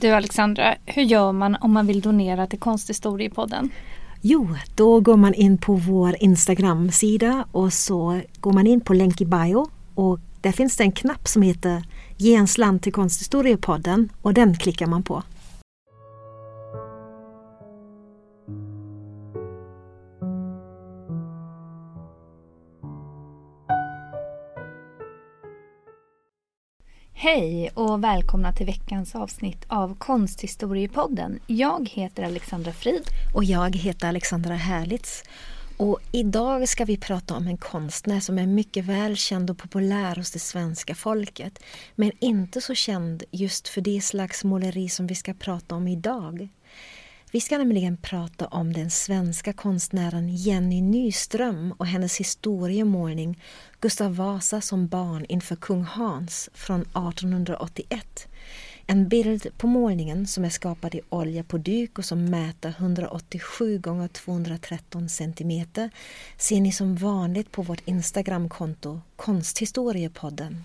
Du Alexandra, hur gör man om man vill donera till Konsthistoriepodden? Jo, då går man in på vår Instagram-sida och så går man in på länk i bio och där finns det en knapp som heter Ge en slant till Konsthistoriepodden och den klickar man på. Hej och välkomna till veckans avsnitt av Konsthistoriepodden. Jag heter Alexandra Frid. Och jag heter Alexandra Härlitz. Och idag ska vi prata om en konstnär som är mycket välkänd och populär hos det svenska folket. Men inte så känd just för det slags måleri som vi ska prata om idag. Vi ska nämligen prata om den svenska konstnären Jenny Nyström och hennes historiemålning Gustav Vasa som barn inför kung Hans från 1881. En bild på målningen som är skapad i olja på duk och som mäter 187 x 213 cm ser ni som vanligt på vårt Instagramkonto Konsthistoriepodden.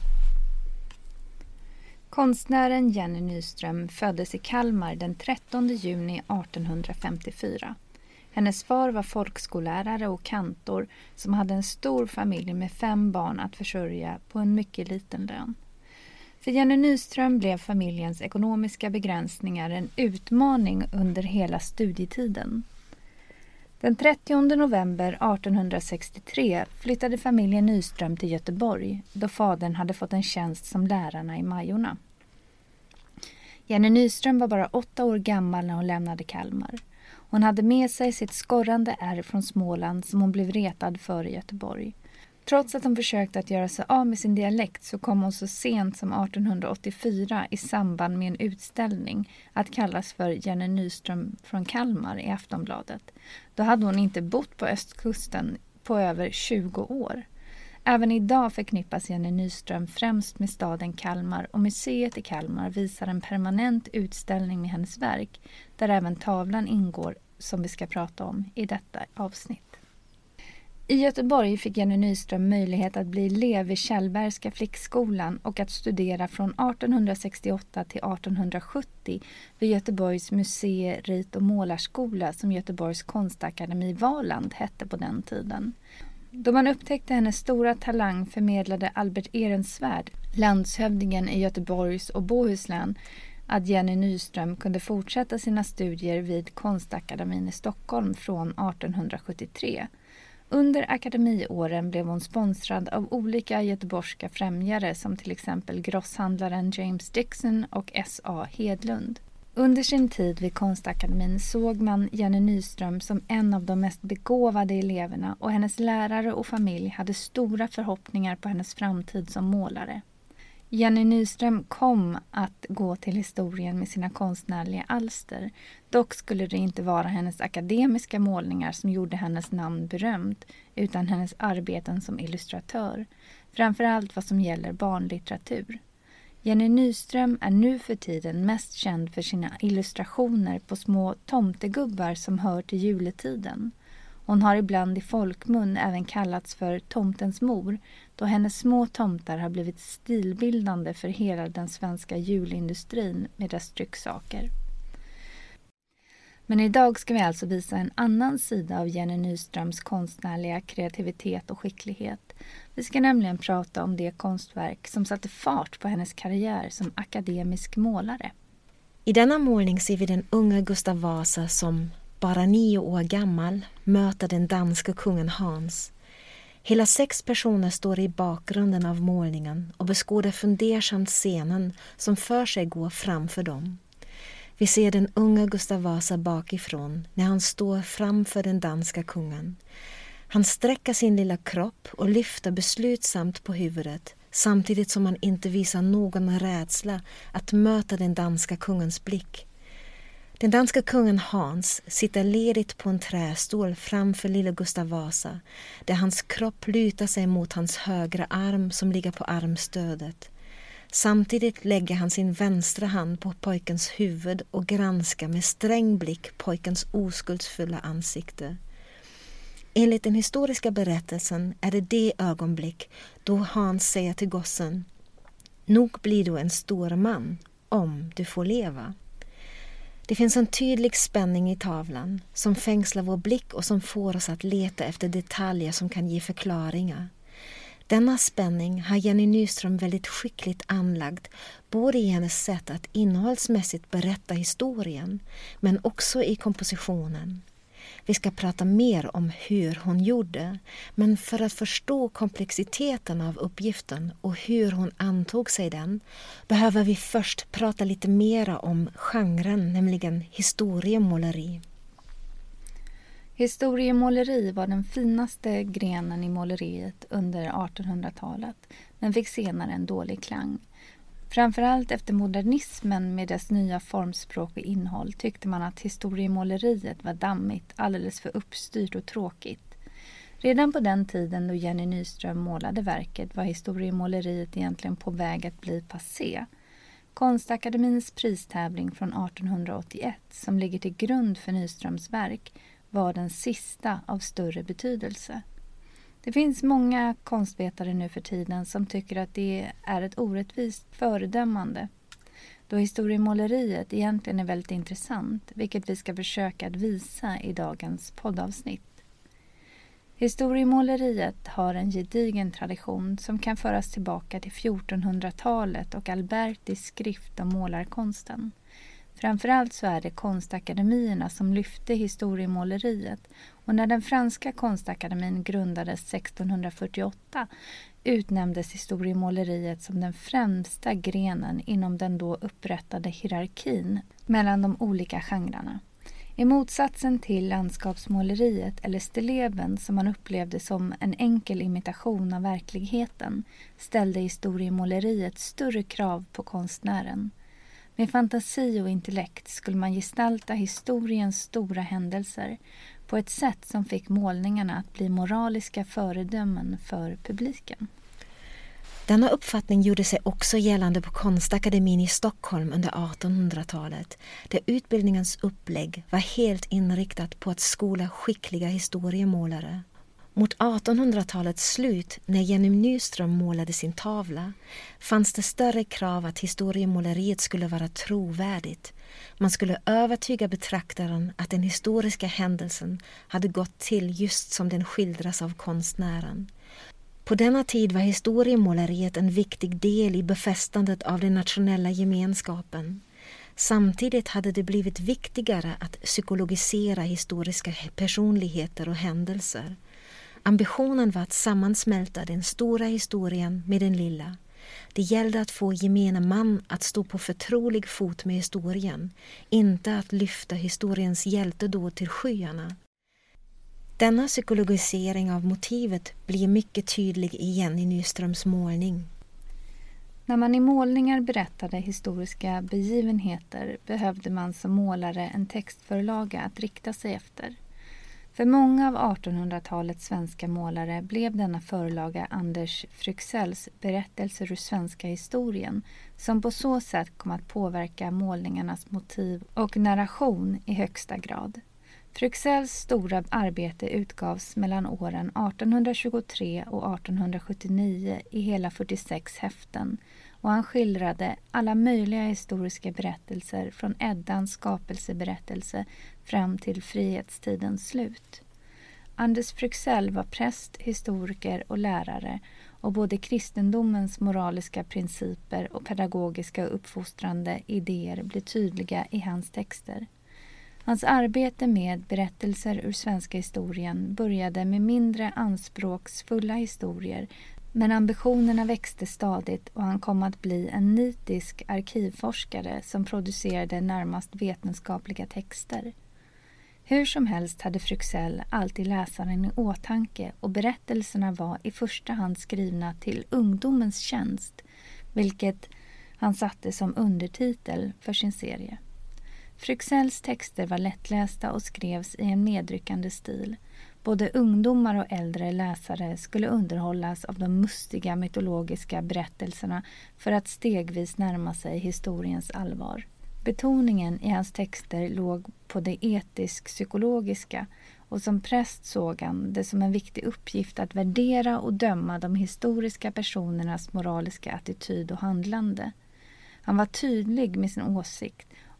Konstnären Jenny Nyström föddes i Kalmar den 13 juni 1854. Hennes far var folkskollärare och kantor som hade en stor familj med 5 barn att försörja på en mycket liten lön. För Jenny Nyström blev familjens ekonomiska begränsningar en utmaning under hela studietiden. Den 30 november 1863 flyttade familjen Nyström till Göteborg då fadern hade fått en tjänst som lärarna i Majorna. Jenny Nyström var bara 8 år gammal när hon lämnade Kalmar. Hon hade med sig sitt skorrande ärr från Småland som hon blev retad för i Göteborg. Trots att hon försökte att göra sig av med sin dialekt så kom hon så sent som 1884 i samband med en utställning att kallas för Jenny Nyström från Kalmar i Aftonbladet. Då hade hon inte bott på östkusten på över 20 år. Även idag förknippas Jenny Nyström främst med staden Kalmar och museet i Kalmar visar en permanent utställning med hennes verk där även tavlan ingår som vi ska prata om i detta avsnitt. I Göteborg fick Jenny Nyström möjlighet att bli elev vid Kjellbergska flickskolan och att studera från 1868 till 1870 vid Göteborgs museer-, rit- och målarskola som Göteborgs konstakademi Valand hette på den tiden. Då man upptäckte hennes stora talang förmedlade Albert Ehrensvärd, landshövdingen i Göteborgs och Bohuslän, att Jenny Nyström kunde fortsätta sina studier vid Konstakademin i Stockholm från 1873. Under akademiåren blev hon sponsrad av olika göteborgska främjare som till exempel grosshandlaren James Dixon och S.A. Hedlund. Under sin tid vid Konstakademin såg man Jenny Nyström som en av de mest begåvade eleverna och hennes lärare och familj hade stora förhoppningar på hennes framtid som målare. Jenny Nyström kom att gå till historien med sina konstnärliga alster. Dock skulle det inte vara hennes akademiska målningar som gjorde hennes namn berömt utan hennes arbeten som illustratör, framförallt vad som gäller barnlitteratur. Jenny Nyström är nu för tiden mest känd för sina illustrationer på små tomtegubbar som hör till juletiden. Hon har ibland i folkmun även kallats för tomtens mor då hennes små tomtar har blivit stilbildande för hela den svenska julindustrin med dess trycksaker. Men idag ska vi alltså visa en annan sida av Jenny Nyströms konstnärliga kreativitet och skicklighet. Vi ska nämligen prata om det konstverk som satte fart på hennes karriär som akademisk målare. I denna målning ser vi den unga Gustav Vasa som bara 9 år gammal möter den danska kungen Hans. Hela 6 personer står i bakgrunden av målningen och beskådar fundersamt scenen som för sig går framför dem. Vi ser den unga Gustav Vasa bakifrån när han står framför den danska kungen. Han sträcker sin lilla kropp och lyfter beslutsamt på huvudet samtidigt som han inte visar någon rädsla att möta den danska kungens blick. Den danska kungen Hans sitter ledigt på en trästol framför lilla Gustav Vasa där hans kropp lutar sig mot hans högra arm som ligger på armstödet. Samtidigt lägger han sin vänstra hand på pojkens huvud och granskar med sträng blick pojkens oskuldsfulla ansikte. Enligt den historiska berättelsen är det ögonblick då Hans säger till gossen: "Nog blir du en stor man om du får leva." Det finns en tydlig spänning i tavlan som fängslar vår blick och som får oss att leta efter detaljer som kan ge förklaringar. Denna spänning har Jenny Nyström väldigt skickligt anlagd, både i hennes sätt att innehållsmässigt berätta historien, men också i kompositionen. Vi ska prata mer om hur hon gjorde, men för att förstå komplexiteten av uppgiften och hur hon antog sig den, behöver vi först prata lite mera om genren, nämligen historiemåleri. Historiemåleri var den finaste grenen i måleriet under 1800-talet, men fick senare en dålig klang. Framförallt efter modernismen med dess nya formspråk och innehåll tyckte man att historiemåleriet var dammigt, alldeles för uppstyrt och tråkigt. Redan på den tiden då Jenny Nyström målade verket var historiemåleriet egentligen på väg att bli passé. Konstakademins pristävling från 1881, som ligger till grund för Nyströms verk, var den sista av större betydelse. Det finns många konstvetare nu för tiden som tycker att det är ett orättvist föredömande, då historiemåleriet egentligen är väldigt intressant, vilket vi ska försöka att visa i dagens poddavsnitt. Historiemåleriet har en gedigen tradition som kan föras tillbaka till 1400-talet och Albertis skrift om målarkonsten. Framförallt så är det konstakademierna som lyfte historiemåleriet, och när den franska konstakademin grundades 1648 utnämndes historiemåleriet som den främsta grenen inom den då upprättade hierarkin mellan de olika genrerna. I motsatsen till landskapsmåleriet eller stilleben, som man upplevde som en enkel imitation av verkligheten, ställde historiemåleriet större krav på konstnären. Med fantasi och intellekt skulle man gestalta historiens stora händelser på ett sätt som fick målningarna att bli moraliska föredömen för publiken. Denna uppfattning gjorde sig också gällande på Konstakademin i Stockholm under 1800-talet, där utbildningens upplägg var helt inriktat på att skola skickliga historiemålare. Mot 1800-talets slut, när Jenny Nyström målade sin tavla, fanns det större krav att historiemåleriet skulle vara trovärdigt. Man skulle övertyga betraktaren att den historiska händelsen hade gått till just som den skildras av konstnären. På denna tid var historiemåleriet en viktig del i befästandet av den nationella gemenskapen. Samtidigt hade det blivit viktigare att psykologisera historiska personligheter och händelser. Ambitionen var att sammansmälta den stora historien med den lilla. Det gällde att få gemene man att stå på förtrolig fot med historien, inte att lyfta historiens hjältedåd till skyarna. Denna psykologisering av motivet blir mycket tydlig igen i Nyströms målning. När man i målningar berättade historiska begivenheter behövde man som målare en textförlaga att rikta sig efter. För många av 1800-talets svenska målare blev denna förlaga Anders Fryxells berättelser ur svenska historien, som på så sätt kom att påverka målningarnas motiv och narration i högsta grad. Fryxells stora arbete utgavs mellan åren 1823 och 1879 i hela 46 häften, och han skildrade alla möjliga historiska berättelser från Eddans skapelseberättelse fram till frihetstidens slut. Anders Fryxell var präst, historiker och lärare, och både kristendomens moraliska principer och pedagogiska och uppfostrande idéer blir tydliga i hans texter. Hans arbete med berättelser ur svenska historien började med mindre anspråksfulla historier, men ambitionerna växte stadigt och han kom att bli en nitisk arkivforskare som producerade närmast vetenskapliga texter. Hur som helst hade Fryxell alltid läsaren i åtanke, och berättelserna var i första hand skrivna till ungdomens tjänst, vilket han satte som undertitel för sin serie. Fryxells texter var lättlästa och skrevs i en medryckande stil. Både ungdomar och äldre läsare skulle underhållas av de mustiga mytologiska berättelserna för att stegvis närma sig historiens allvar. Betoningen i hans texter låg på det etisk-psykologiska, och som präst såg han det som en viktig uppgift att värdera och döma de historiska personernas moraliska attityd och handlande. Han var tydlig med sin åsikt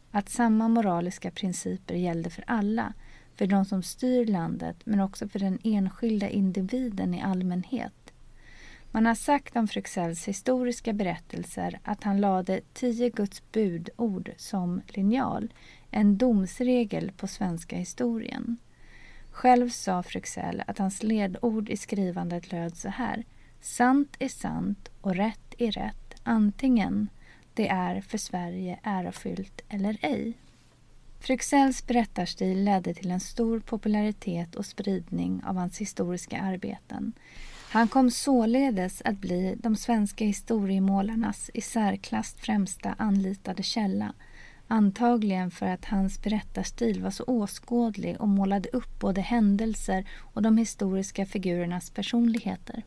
att samma moraliska principer gällde för alla, för de som styr landet men också för den enskilda individen i allmänhet. Man har sagt om Fryxells historiska berättelser att han lade 10 Guds budord som linjal, en domsregel på svenska historien. Själv sa Fryxell att hans ledord i skrivandet löd så här: sant är sant och rätt är rätt, antingen det är för Sverige ärofyllt eller ej. Fryxells berättarstil ledde till en stor popularitet och spridning av hans historiska arbeten. Han kom således att bli de svenska historiemålarnas i särklass främsta anlitade källa, antagligen för att hans berättarstil var så åskådlig och målade upp både händelser och de historiska figurernas personligheter.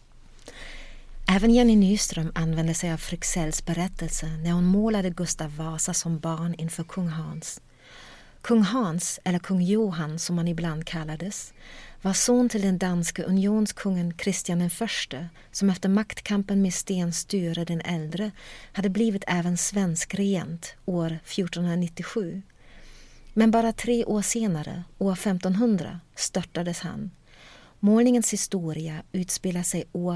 Även Jenny Nyström använde sig av Fryxells berättelse när hon målade Gustav Vasa som barn inför kung Hans. Kung Hans, eller kung Johan som han ibland kallades, var son till den danska unionskungen Kristian I, som efter maktkampen med Sten Sture den äldre hade blivit även svensk regent år 1497. Men bara 3 år senare, år 1500, störtades han. Målningens historia utspelar sig år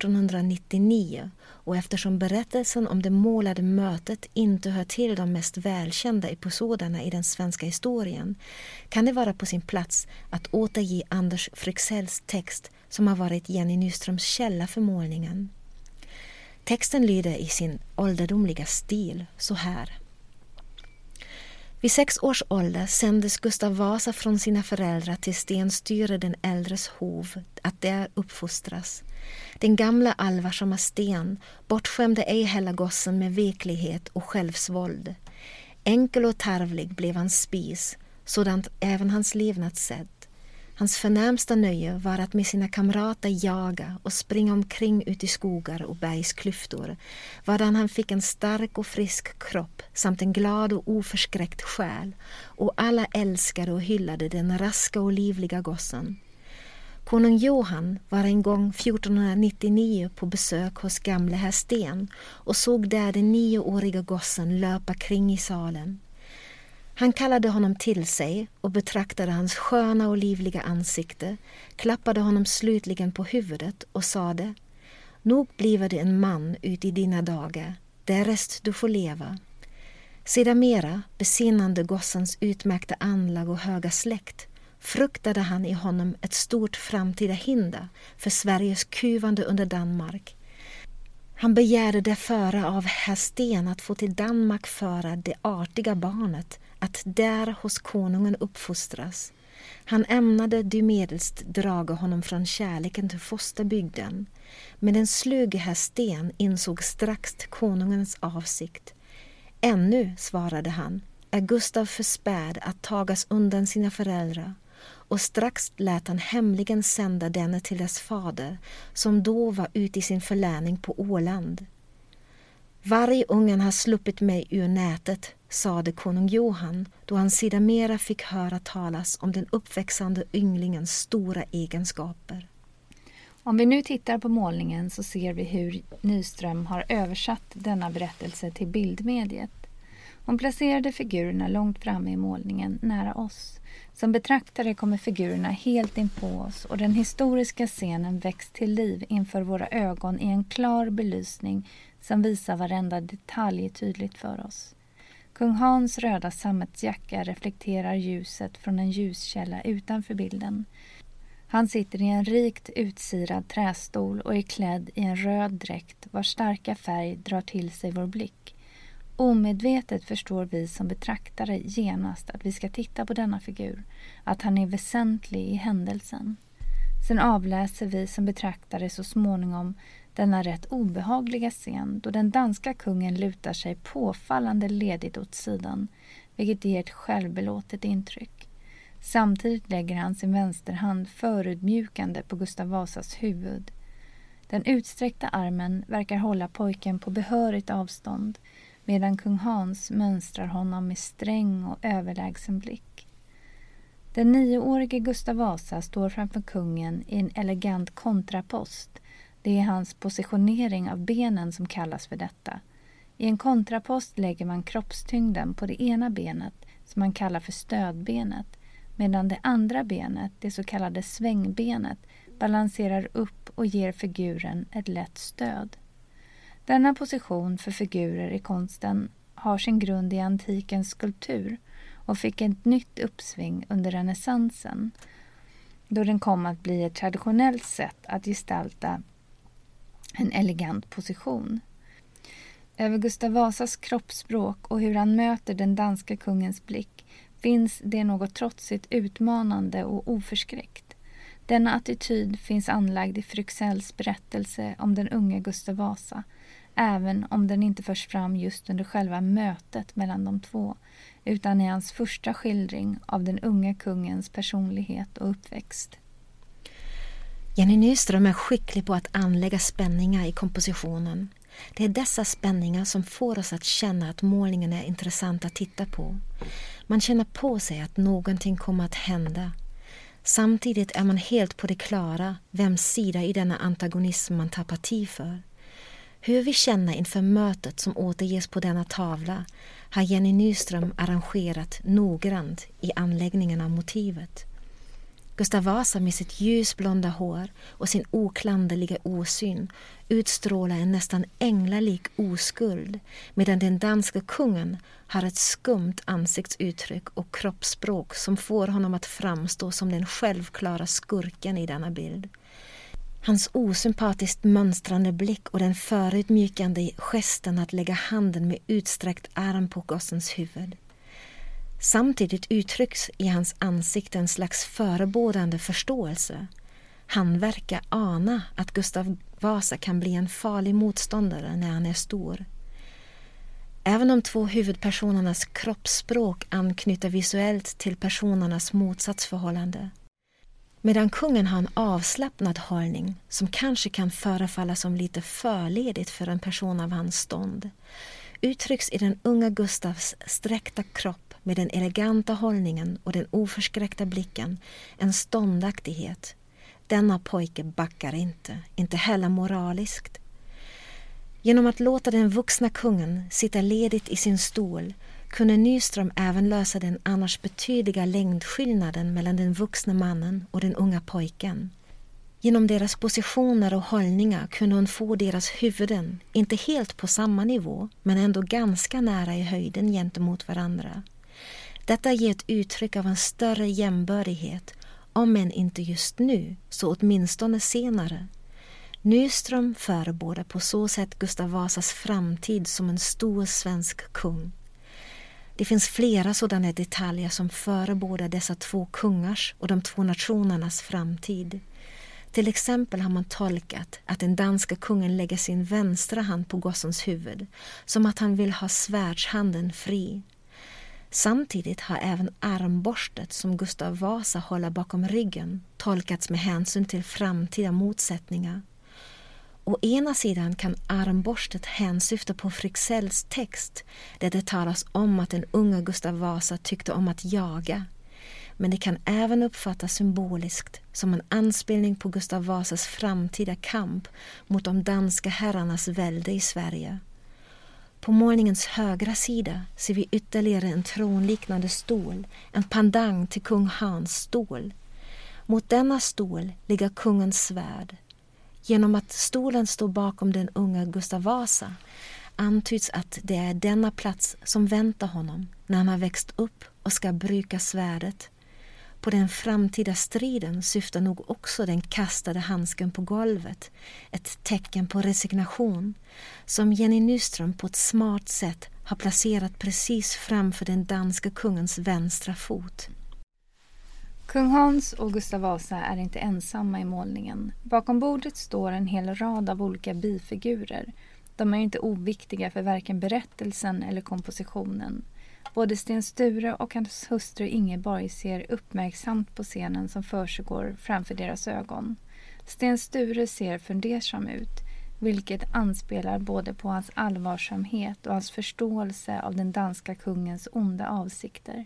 1499 och eftersom berättelsen om det målade mötet inte hör till de mest välkända episoderna i den svenska historien kan det vara på sin plats att återge Anders Fryxells text som har varit Jenny Nyströms källa för målningen. Texten lyder i sin ålderdomliga stil så här. Vid 6 års ålder sändes Gustav Vasa från sina föräldrar till Sten Sture den äldres hov att där uppfostras. Den gamla allvarsamma Sten bortskämde ej heller gossen med veklighet och självsvåld. Enkel och tarvlig blev hans spis, sådant även hans levnadssätt. Hans förnämsta nöje var att med sina kamrater jaga och springa omkring ut i skogar och bergsklyftor, vadan han fick en stark och frisk kropp samt en glad och oförskräckt själ, och alla älskade och hyllade den raska och livliga gossen. Konung Johan var en gång 1499 på besök hos gamle herr Sten och såg där den 9-åriga gossen löpa kring i salen. Han kallade honom till sig och betraktade hans sköna och livliga ansikte, klappade honom slutligen på huvudet och sade: nog bliver det en man ut i dina dagar, därest du får leva. Sedermera, besinnande gossens utmärkta anlag och höga släkt, fruktade han i honom ett stort framtida hinder för Sveriges kuvande under Danmark. Han begärde därför av herr Sten att få till Danmark föra det artiga barnet, att där hos konungen uppfostras. Han ämnade dymedelst draga honom från kärleken till fosterbygden, men den sluge herr Sten insåg strax konungens avsikt. Ännu, svarade han, är Gustav för späd att tagas undan sina föräldrar, och strax lät han hemligen sända denne till dess fader, som då var ute i sin förläning på Åland. Varje ungen har sluppit mig ur nätet, sade konung Johan, då han sedermera fick höra talas om den uppväxande ynglingens stora egenskaper. Om vi nu tittar på målningen så ser vi hur Nyström har översatt denna berättelse till bildmediet. Hon placerade figurerna långt framme i målningen, nära oss. Som betraktare kommer figurerna helt in på oss och den historiska scenen väcks till liv inför våra ögon i en klar belysning som visar varenda detalj tydligt för oss. Kung Hans röda sammetsjacka reflekterar ljuset från en ljuskälla utanför bilden. Han sitter i en rikt utsirad trästol och är klädd i en röd dräkt vars starka färg drar till sig vår blick. Omedvetet förstår vi som betraktare genast att vi ska titta på denna figur, att han är väsentlig i händelsen. Sen avläser vi som betraktare så småningom denna rätt obehagliga scen då den danska kungen lutar sig påfallande ledigt åt sidan, vilket ger ett självbelåtet intryck. Samtidigt lägger han sin vänsterhand förutmjukande på Gustav Vasas huvud. Den utsträckta armen verkar hålla pojken på behörigt avstånd, medan kung Hans mönstrar honom med sträng och överlägsen blick. Den 9-årige Gustav Vasa står framför kungen i en elegant kontrapost. Det är hans positionering av benen som kallas för detta. I en kontrapost lägger man kroppstyngden på det ena benet som man kallar för stödbenet, medan det andra benet, det så kallade svängbenet, balanserar upp och ger figuren ett lätt stöd. Denna position för figurer i konsten har sin grund i antikens skulptur och fick ett nytt uppsving under renässansen, då den kom att bli ett traditionellt sätt att gestalta en elegant position. Över Gustav Vasas kroppsspråk och hur han möter den danska kungens blick finns det något trotsigt utmanande och oförskräckt. Denna attityd finns anlagd i Fryxells berättelse om den unge Gustav Vasa, även om den inte förs fram just under själva mötet mellan de två, utan i hans första skildring av den unga kungens personlighet och uppväxt. Jenny Nyström är skicklig på att anlägga spänningar i kompositionen. Det är dessa spänningar som får oss att känna att målningen är intressant att titta på. Man känner på sig att någonting kommer att hända. Samtidigt är man helt på det klara vems sida i denna antagonism man tar parti för. Hur vi känner inför mötet som återges på denna tavla har Jenny Nyström arrangerat noggrant i anläggningen av motivet. Gustav Vasa med sitt ljusblonda hår och sin oklanderliga osyn utstrålar en nästan änglalik oskuld, medan den danska kungen har ett skumt ansiktsuttryck och kroppsspråk som får honom att framstå som den självklara skurken i denna bild. Hans osympatiskt mönstrande blick och den förutmjukande gesten att lägga handen med utsträckt arm på gossens huvud. Samtidigt uttrycks i hans ansikte en slags förebådande förståelse. Han verkar ana att Gustav Vasa kan bli en farlig motståndare när han är stor. Även de två huvudpersonernas kroppsspråk anknyter visuellt till personernas motsatsförhållande. Medan kungen har en avslappnad hållning som kanske kan förefalla som lite förledigt för en person av hans stånd, uttrycks i den unga Gustavs sträckta kropp med den eleganta hållningen och den oförskräckta blicken en ståndaktighet. Denna pojke backar inte heller moraliskt. Genom att låta den vuxna kungen sitta ledigt i sin stol kunde Nyström även lösa den annars betydliga längdskillnaden mellan den vuxna mannen och den unga pojken. Genom deras positioner och hållningar kunde hon få deras huvuden, inte helt på samma nivå, men ändå ganska nära i höjden gentemot varandra. Detta ger ett uttryck av en större jämbördighet, om än inte just nu, så åtminstone senare. Nyström förebådar på så sätt Gustav Vasas framtid som en stor svensk kung. Det finns flera sådana detaljer som förebådar dessa två kungars och de två nationernas framtid. Till exempel har man tolkat att den danska kungen lägger sin vänstra hand på gossens huvud, som att han vill ha svärdshanden fri. Samtidigt har även armborstet som Gustav Vasa håller bakom ryggen tolkats med hänsyn till framtida motsättningar. Å ena sidan kan armborstet hänsyfta på Fryxells text där det talas om att den unga Gustav Vasa tyckte om att jaga. Men det kan även uppfattas symboliskt som en anspelning på Gustav Vasas framtida kamp mot de danska herrarnas välde i Sverige. På målningens högra sida ser vi ytterligare en tronliknande stol, en pendang till kung Hans stol. Mot denna stol ligger kungens svärd. Genom att stolen står bakom den unga Gustav Vasa antyds att det är denna plats som väntar honom när han har växt upp och ska bruka svärdet. På den framtida striden syftar nog också den kastade handsken på golvet, ett tecken på resignation som Jenny Nyström på ett smart sätt har placerat precis framför den danska kungens vänstra fot. Kung Hans och Gustav Vasa är inte ensamma i målningen. Bakom bordet står en hel rad av olika bifigurer. De är inte oviktiga för varken berättelsen eller kompositionen. Både Sten Sture och hans hustru Ingeborg ser uppmärksamt på scenen som försiggår framför deras ögon. Sten Sture ser fundersam ut, vilket anspelar både på hans allvarsamhet och hans förståelse av den danska kungens onda avsikter.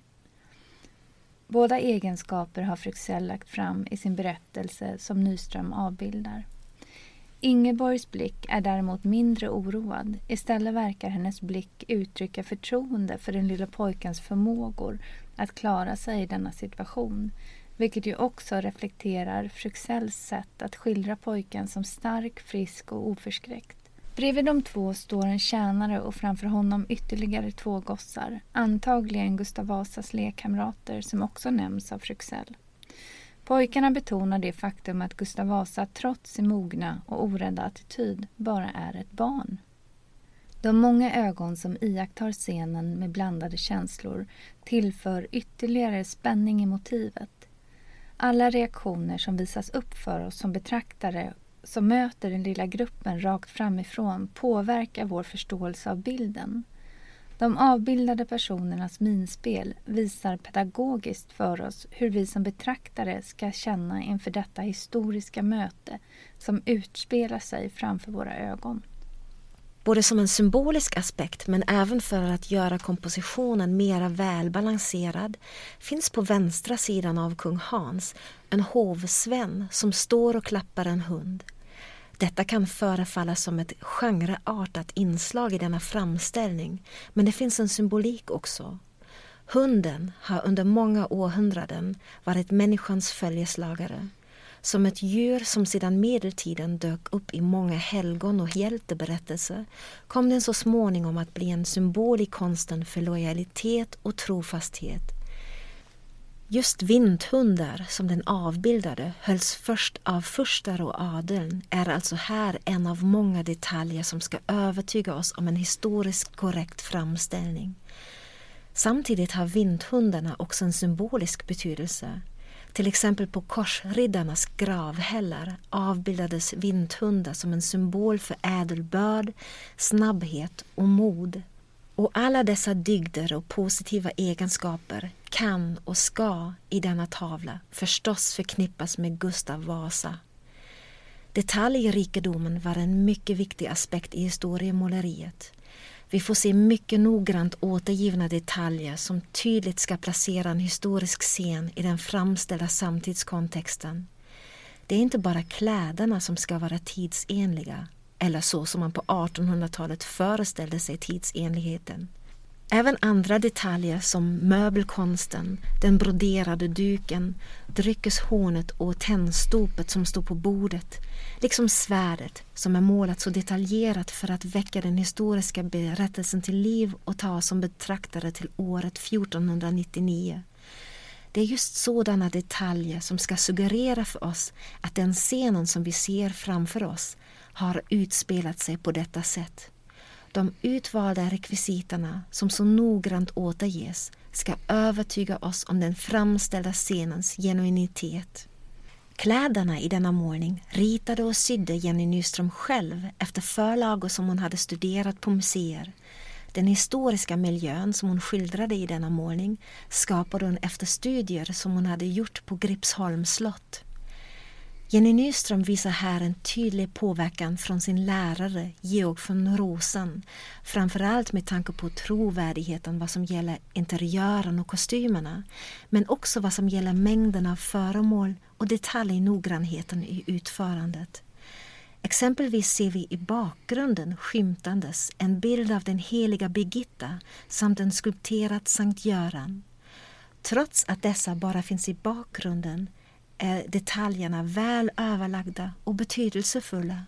Båda egenskaper har Fryxell lagt fram i sin berättelse som Nyström avbildar. Ingeborgs blick är däremot mindre oroad. Istället verkar hennes blick uttrycka förtroende för den lilla pojkens förmågor att klara sig i denna situation, vilket ju också reflekterar Fryxells sätt att skildra pojken som stark, frisk och oförskräckt. Bredvid de två står en tjänare och framför honom ytterligare 2 gossar, antagligen Gustav Vasas lekkamrater som också nämns av Fryxell. Pojkarna betonar det faktum att Gustav Vasa trots sin mogna och orädda attityd bara är ett barn. De många ögon som iakttar scenen med blandade känslor tillför ytterligare spänning i motivet. Alla reaktioner som visas upp för oss som betraktare som möter den lilla gruppen rakt framifrån påverkar vår förståelse av bilden. De avbildade personernas minspel visar pedagogiskt för oss hur vi som betraktare ska känna inför detta historiska möte som utspelar sig framför våra ögon. Både som en symbolisk aspekt men även för att göra kompositionen mera välbalanserad finns på vänstra sidan av kung Hans en hovsvän som står och klappar en hund. Detta kan förefalla som ett genreartat inslag i denna framställning, men det finns en symbolik också. Hunden har under många århundraden varit människans följeslagare. Som ett djur som sedan medeltiden dök upp i många helgon och hjälteberättelser kom den så småningom att bli en symbol i konsten för lojalitet och trofasthet. Just vinthundar som den avbildade hölls först av furstar och adeln är alltså här en av många detaljer som ska övertyga oss om en historiskt korrekt framställning. Samtidigt har vinthundarna också en symbolisk betydelse. Till exempel på korsriddarnas gravhällar avbildades vinthundar som en symbol för ädelbörd, snabbhet och mod. Och alla dessa dygder och positiva egenskaper kan och ska i denna tavla förstås förknippas med Gustav Vasa. Detaljrikedomen var en mycket viktig aspekt i historiemåleriet. Vi får se mycket noggrant återgivna detaljer som tydligt ska placera en historisk scen i den framställda samtidskontexten. Det är inte bara kläderna som ska vara tidsenliga, eller så som man på 1800-talet föreställde sig tidsenligheten. Även andra detaljer som möbelkonsten, den broderade duken, dryckeshornet och tändstopet som stod på bordet, liksom svärdet som är målat så detaljerat för att väcka den historiska berättelsen till liv och ta som betraktare till året 1499. Det är just sådana detaljer som ska suggerera för oss att den scenen som vi ser framför oss har utspelat sig på detta sätt. De utvalda rekvisiterna som så noggrant återges ska övertyga oss om den framställda scenens genuinitet. Kläderna i denna målning ritade och sydde Jenny Nyström själv efter förlagor som hon hade studerat på museer. Den historiska miljön som hon skildrade i denna målning skapade hon efter studier som hon hade gjort på Gripsholms slott. Jenny Nyström visar här en tydlig påverkan från sin lärare Georg von Rosen, framförallt med tanke på trovärdigheten vad som gäller interiören och kostymerna, men också vad som gäller mängden av föremål och detaljnoggrannheten i utförandet. Exempelvis ser vi i bakgrunden skymtandes en bild av den heliga Birgitta samt en skulpterad Sankt Göran. Trots att dessa bara finns i bakgrunden är detaljerna väl överlagda och betydelsefulla.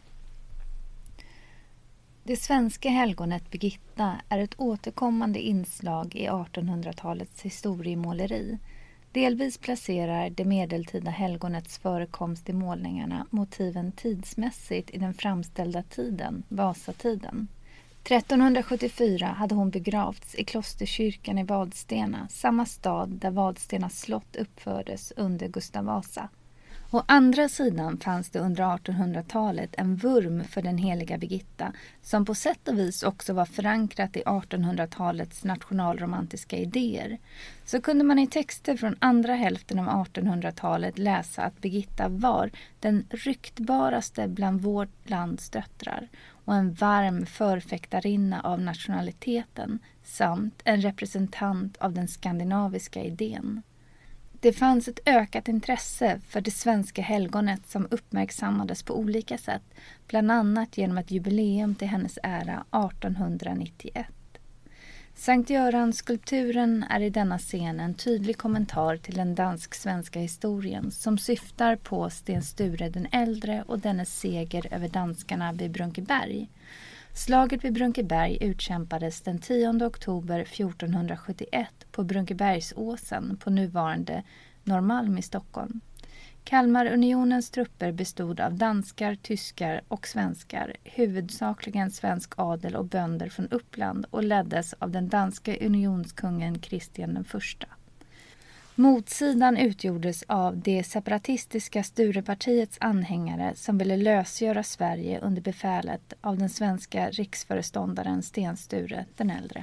Det svenska helgonet Birgitta är ett återkommande inslag i 1800-talets historiemåleri. Delvis placerar det medeltida helgonets förekomst i målningarna motiven tidsmässigt i den framställda tiden, Vasatiden. 1374 hade hon begravts i klosterkyrkan i Vadstena, samma stad där Vadstena slott uppfördes under Gustav Vasa. Å andra sidan fanns det under 1800-talet en vurm för den heliga Birgitta som på sätt och vis också var förankrat i 1800-talets nationalromantiska idéer. Så kunde man i texter från andra hälften av 1800-talet läsa att Birgitta var den ryktbaraste bland vårt lands döttrar och en varm förfäktarinna av nationaliteten samt en representant av den skandinaviska idén. Det fanns ett ökat intresse för det svenska helgonet som uppmärksammades på olika sätt, bland annat genom ett jubileum till hennes ära 1891. Sankt Göran-skulpturen är i denna scen en tydlig kommentar till den dansk-svenska historien som syftar på Sten Sture den äldre och dennes seger över danskarna vid Brunkeberg. Slaget vid Brunkeberg utkämpades den 10 oktober 1471 på Brunkebergsåsen på nuvarande Norrmalm i Stockholm. Kalmarunionens trupper bestod av danskar, tyskar och svenskar, huvudsakligen svensk adel och bönder från Uppland och leddes av den danska unionskungen Kristian den första. Motsidan utgjordes av det separatistiska Sturepartiets anhängare som ville lösgöra Sverige under befälet av den svenska riksföreståndaren Sten Sture den äldre.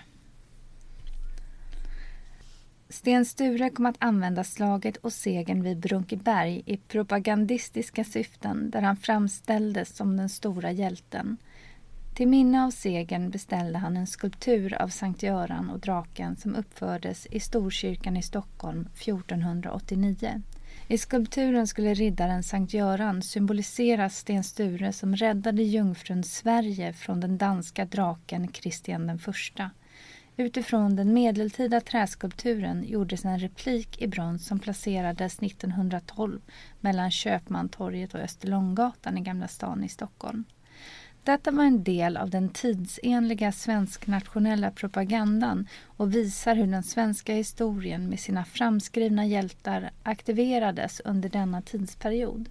Sten Sture kom att använda slaget och segern vid Brunkeberg i propagandistiska syften där han framställdes som den stora hjälten. Till minne av segern beställde han en skulptur av Sankt Göran och draken som uppfördes i Storkyrkan i Stockholm 1489. I skulpturen skulle riddaren Sankt Göran symbolisera Sten Sture som räddade jungfrun Sverige från den danska draken Kristian den första. Utifrån den medeltida träskulpturen gjordes en replik i brons som placerades 1912 mellan Köpmantorget och Österlånggatan i Gamla stan i Stockholm. Detta var en del av den tidsenliga svensk-nationella propagandan och visar hur den svenska historien med sina framskrivna hjältar aktiverades under denna tidsperiod.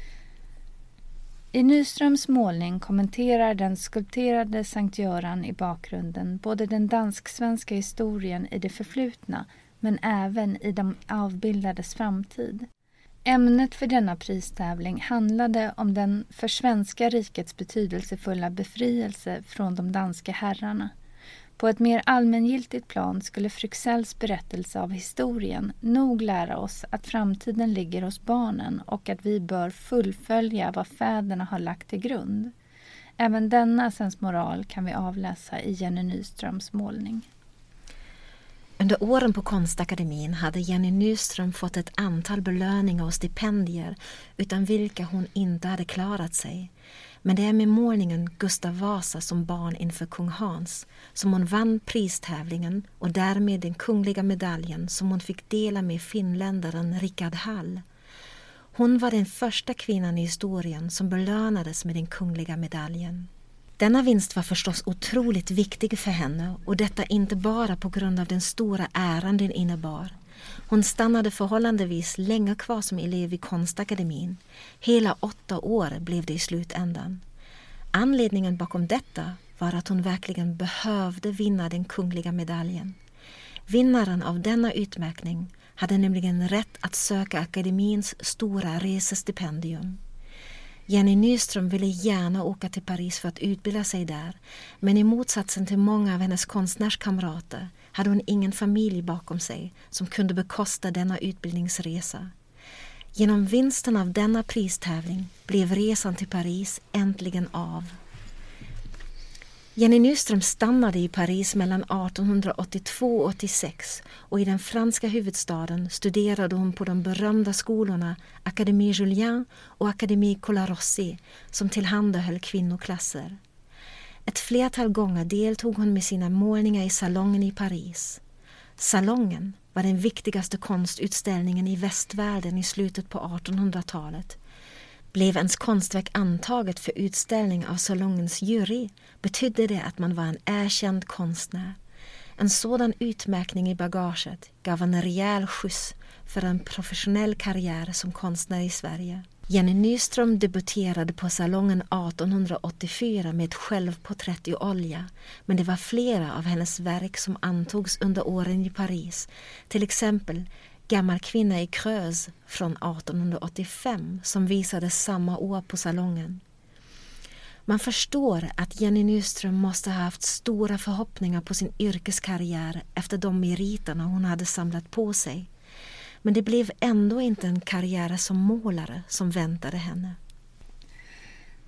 I Nyströms målning kommenterar den skulpterade Sankt Göran i bakgrunden både den dansk-svenska historien i det förflutna men även i de avbildades framtid. Ämnet för denna pristävling handlade om den för svenska rikets betydelsefulla befrielse från de danska herrarna. På ett mer allmängiltigt plan skulle Fryxells berättelse av historien nog lära oss att framtiden ligger hos barnen och att vi bör fullfölja vad fäderna har lagt till grund. Även denna sensmoral kan vi avläsa i Jenny Nyströms målning. Under åren på Konstakademin hade Jenny Nyström fått ett antal belöningar och stipendier utan vilka hon inte hade klarat sig. Men det är med målningen Gustav Vasa som barn inför kung Hans som hon vann pristävlingen och därmed den kungliga medaljen som hon fick dela med finländaren Rickard Hall. Hon var den första kvinnan i historien som belönades med den kungliga medaljen. Denna vinst var förstås otroligt viktig för henne och detta inte bara på grund av den stora äran den innebar. Hon stannade förhållandevis länge kvar som elev i Konstakademin. Hela 8 år blev det i slutändan. Anledningen bakom detta var att hon verkligen behövde vinna den kungliga medaljen. Vinnaren av denna utmärkning hade nämligen rätt att söka akademins stora resestipendium. Jenny Nyström ville gärna åka till Paris för att utbilda sig där, men i motsatsen till många av hennes konstnärskamrater hade hon ingen familj bakom sig som kunde bekosta denna utbildningsresa. Genom vinsten av denna pristävling blev resan till Paris äntligen av. Jenny Nyström stannade i Paris mellan 1882 och 86 och i den franska huvudstaden studerade hon på de berömda skolorna Académie Julian och Académie Colarossi som tillhandahöll kvinnoklasser. Ett flertal gånger deltog hon med sina målningar i salongen i Paris. Salongen var den viktigaste konstutställningen i västvärlden i slutet på 1800-talet. Blev ens konstverk antaget för utställning av salongens jury betydde det att man var en erkänd konstnär. En sådan utmärkning i bagaget gav en rejäl skjuts för en professionell karriär som konstnär i Sverige. Jenny Nyström debuterade på salongen 1884 med ett självporträtt i olja, men det var flera av hennes verk som antogs under åren i Paris, till exempel Gammal kvinna i Creuse från 1885 som visades samma år på salongen. Man förstår att Jenny Nyström måste ha haft stora förhoppningar på sin yrkeskarriär efter de meriterna hon hade samlat på sig. Men det blev ändå inte en karriär som målare som väntade henne.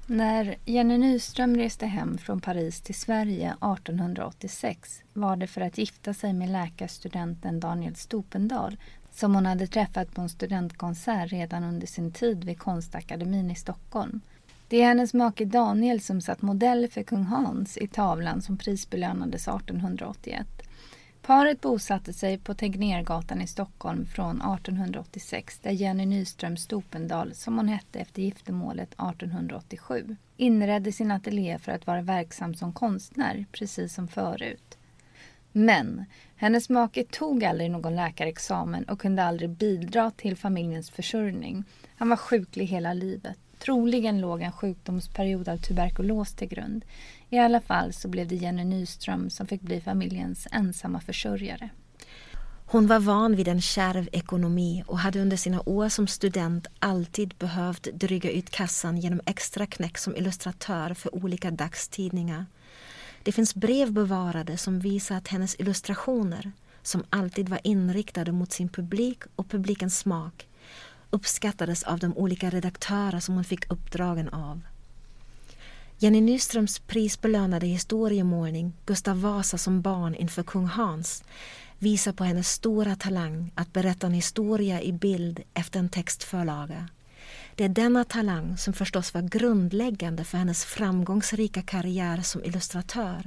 När Jenny Nyström reste hem från Paris till Sverige 1886 var det för att gifta sig med läkarstudenten Daniel Stopendal som hon hade träffat på en studentkonsert redan under sin tid vid Konstakademin i Stockholm. Det är hennes make Daniel som satt modell för kung Hans i tavlan som prisbelönades 1881. Paret bosatte sig på Tegnérgatan i Stockholm från 1886 där Jenny Nyström Stopendal, som hon hette efter giftermålet 1887, inredde sin ateljé för att vara verksam som konstnär, precis som förut. Men hennes make tog aldrig någon läkarexamen och kunde aldrig bidra till familjens försörjning. Han var sjuklig hela livet. Troligen låg en sjukdomsperiod av tuberkulos till grund. I alla fall så blev det Jenny Nyström som fick bli familjens ensamma försörjare. Hon var van vid en kärv ekonomi och hade under sina år som student alltid behövt dryga ut kassan genom extra knäck som illustratör för olika dagstidningar. Det finns brev bevarade som visar att hennes illustrationer, som alltid var inriktade mot sin publik och publikens smak, uppskattades av de olika redaktörer som hon fick uppdragen av. Jenny Nyströms prisbelönade historiemålning Gustav Vasa som barn inför kung Hans visar på hennes stora talang att berätta en historia i bild efter en textförlaga. Det är denna talang som förstås var grundläggande för hennes framgångsrika karriär som illustratör.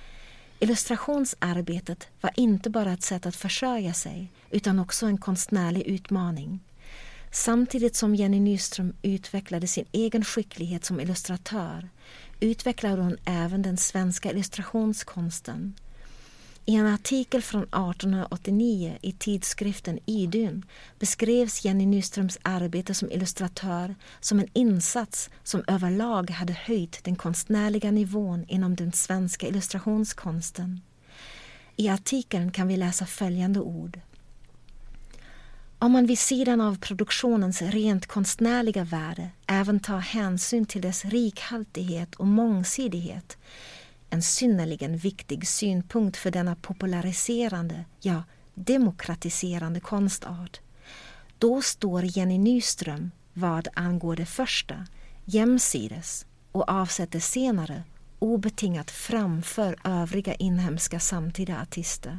Illustrationsarbetet var inte bara ett sätt att försörja sig utan också en konstnärlig utmaning. Samtidigt som Jenny Nyström utvecklade sin egen skicklighet som illustratör utvecklade hon även den svenska illustrationskonsten. I en artikel från 1889 i tidskriften Idun beskrevs Jenny Nyströms arbete som illustratör som en insats som överlag hade höjt den konstnärliga nivån inom den svenska illustrationskonsten. I artikeln kan vi läsa följande ord. Om man vid sidan av produktionens rent konstnärliga värde även tar hänsyn till dess rikhaltighet och mångsidighet, en synnerligen viktig synpunkt för denna populariserande, ja demokratiserande konstart, då står Jenny Nyström vad angår det första jämsides och avsätter senare obetingat framför övriga inhemska samtida artister.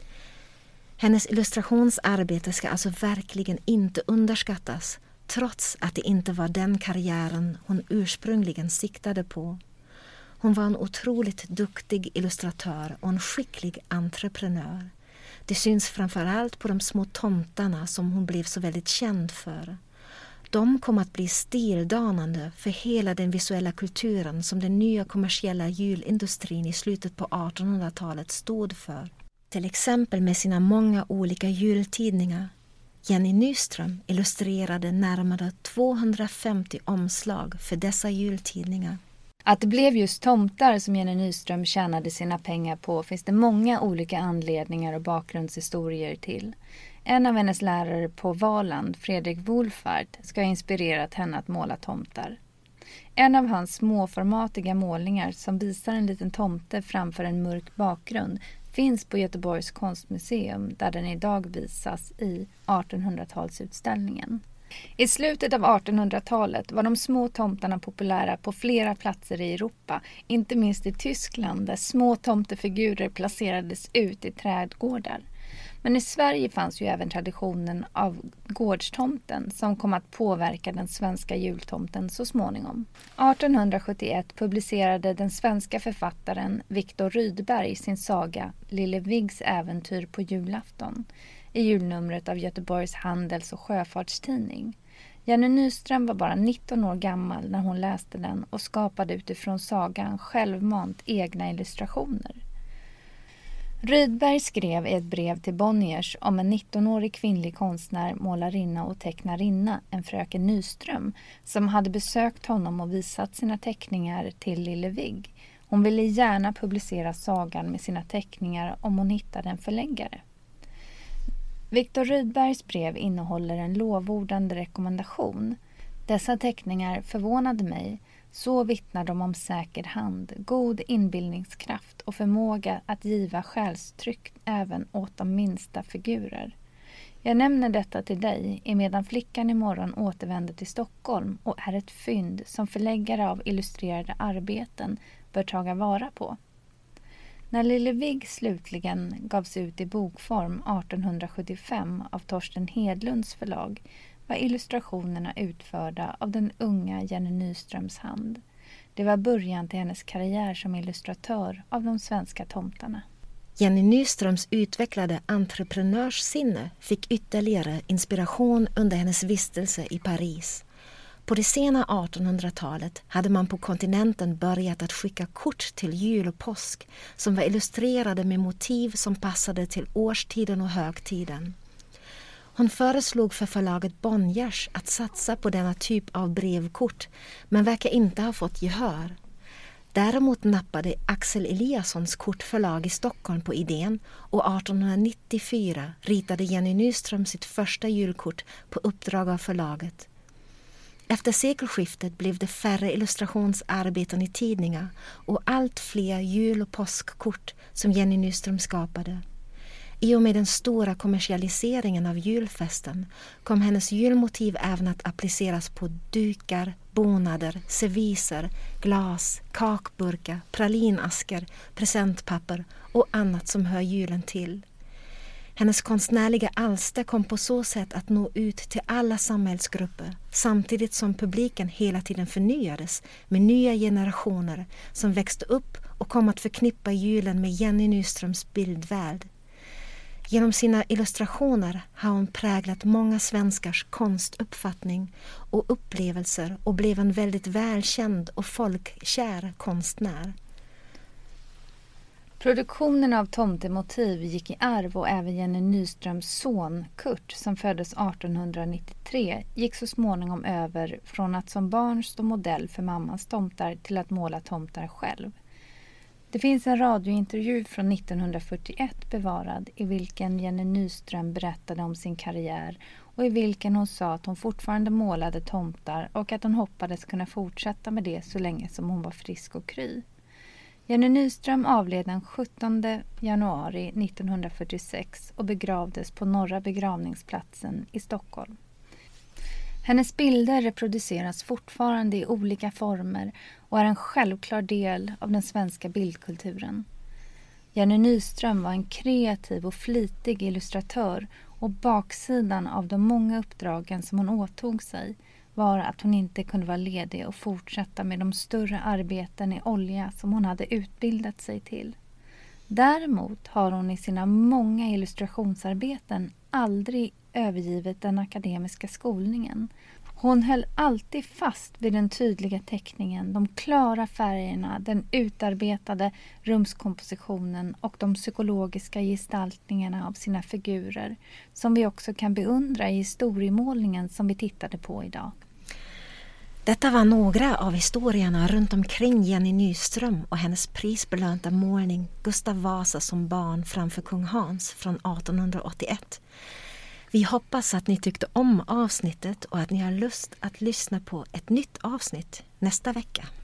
Hennes illustrationsarbete ska alltså verkligen inte underskattas, trots att det inte var den karriären hon ursprungligen siktade på. Hon var en otroligt duktig illustratör och en skicklig entreprenör. Det syns framförallt på de små tomtarna som hon blev så väldigt känd för. De kom att bli stildanande för hela den visuella kulturen som den nya kommersiella julindustrin i slutet på 1800-talet stod för. Till exempel med sina många olika jultidningar. Jenny Nyström illustrerade närmare 250 omslag för dessa jultidningar. Att det blev just tomtar som Jenny Nyström tjänade sina pengar på finns det många olika anledningar och bakgrundshistorier till. En av hennes lärare på Valand, Fredrik Wolfart, ska ha inspirerat henne att måla tomtar. En av hans småformatiga målningar som visar en liten tomte framför en mörk bakgrund finns på Göteborgs konstmuseum där den idag visas i 1800-talsutställningen. I slutet av 1800-talet var de små tomtarna populära på flera platser i Europa, inte minst i Tyskland där små tomtefigurer placerades ut i trädgårdar. Men i Sverige fanns ju även traditionen av gårdstomten som kom att påverka den svenska jultomten så småningom. 1871 publicerade den svenska författaren Viktor Rydberg sin saga Lille Viggs äventyr på julafton i julnumret av Göteborgs handels- och sjöfartstidning. Jenny Nyström var bara 19 år gammal när hon läste den och skapade utifrån sagan självmant egna illustrationer. Rydberg skrev i ett brev till Bonniers om en 19-årig kvinnlig konstnär, målarinna och tecknarinna, en fröken Nyström, som hade besökt honom och visat sina teckningar till Lille Vigg. Hon ville gärna publicera sagan med sina teckningar om hon hittade en förläggare. Viktor Rydbergs brev innehåller en lovordande rekommendation. Dessa teckningar förvånade mig. Så vittnar de om säker hand, god inbildningskraft och förmåga att giva själstryck även åt de minsta figurer. Jag nämner detta till dig emedan flickan imorgon återvänder till Stockholm och är ett fynd som förläggare av illustrerade arbeten bör taga vara på. När Lille Vigg slutligen gavs ut i bokform 1875 av Torsten Hedlunds förlag var illustrationerna utförda av den unga Jenny Nyströms hand. Det var början till hennes karriär som illustratör av de svenska tomtarna. Jenny Nyströms utvecklade entreprenörssinne fick ytterligare inspiration under hennes vistelse i Paris. På det sena 1800-talet hade man på kontinenten börjat att skicka kort till jul och påsk som var illustrerade med motiv som passade till årstiden och högtiden. Hon föreslog för förlaget Bonniers att satsa på denna typ av brevkort men verkar inte ha fått gehör. Däremot nappade Axel Eliassons kortförlag i Stockholm på idén och 1894 ritade Jenny Nyström sitt första julkort på uppdrag av förlaget. Efter sekelskiftet blev det färre illustrationsarbeten i tidningar och allt fler jul- och påskkort som Jenny Nyström skapade. I och med den stora kommersialiseringen av julfesten kom hennes julmotiv även att appliceras på dukar, bonader, serviser, glas, kakburkar, pralinasker, presentpapper och annat som hör julen till. Hennes konstnärliga alster kom på så sätt att nå ut till alla samhällsgrupper samtidigt som publiken hela tiden förnyades med nya generationer som växte upp och kom att förknippa julen med Jenny Nyströms bildvärld. Genom sina illustrationer har hon präglat många svenskars konstuppfattning och upplevelser och blev en väldigt välkänd och folkkär konstnär. Produktionen av tomtemotiv gick i arv och även Jenny Nyströms son Kurt som föddes 1893 gick så småningom över från att som barn stå modell för mammans tomtar till att måla tomtar själv. Det finns en radiointervju från 1941 bevarad i vilken Jenny Nyström berättade om sin karriär och i vilken hon sa att hon fortfarande målade tomtar och att hon hoppades kunna fortsätta med det så länge som hon var frisk och kry. Jenny Nyström avled den 17 januari 1946 och begravdes på Norra begravningsplatsen i Stockholm. Hennes bilder reproduceras fortfarande i olika former och är en självklar del av den svenska bildkulturen. Jenny Nyström var en kreativ och flitig illustratör och baksidan av de många uppdragen som hon åtog sig var att hon inte kunde vara ledig och fortsätta med de större arbeten i olja som hon hade utbildat sig till. Däremot har hon i sina många illustrationsarbeten aldrig övergivit den akademiska skolningen. Hon höll alltid fast vid den tydliga teckningen, de klara färgerna, den utarbetade rumskompositionen och de psykologiska gestaltningarna av sina figurer som vi också kan beundra i historiemålningen som vi tittade på idag. Detta var några av historierna runt omkring Jenny Nyström och hennes prisbelönta målning Gustav Vasa som barn framför kung Hans från 1881. Vi hoppas att ni tyckte om avsnittet och att ni har lust att lyssna på ett nytt avsnitt nästa vecka.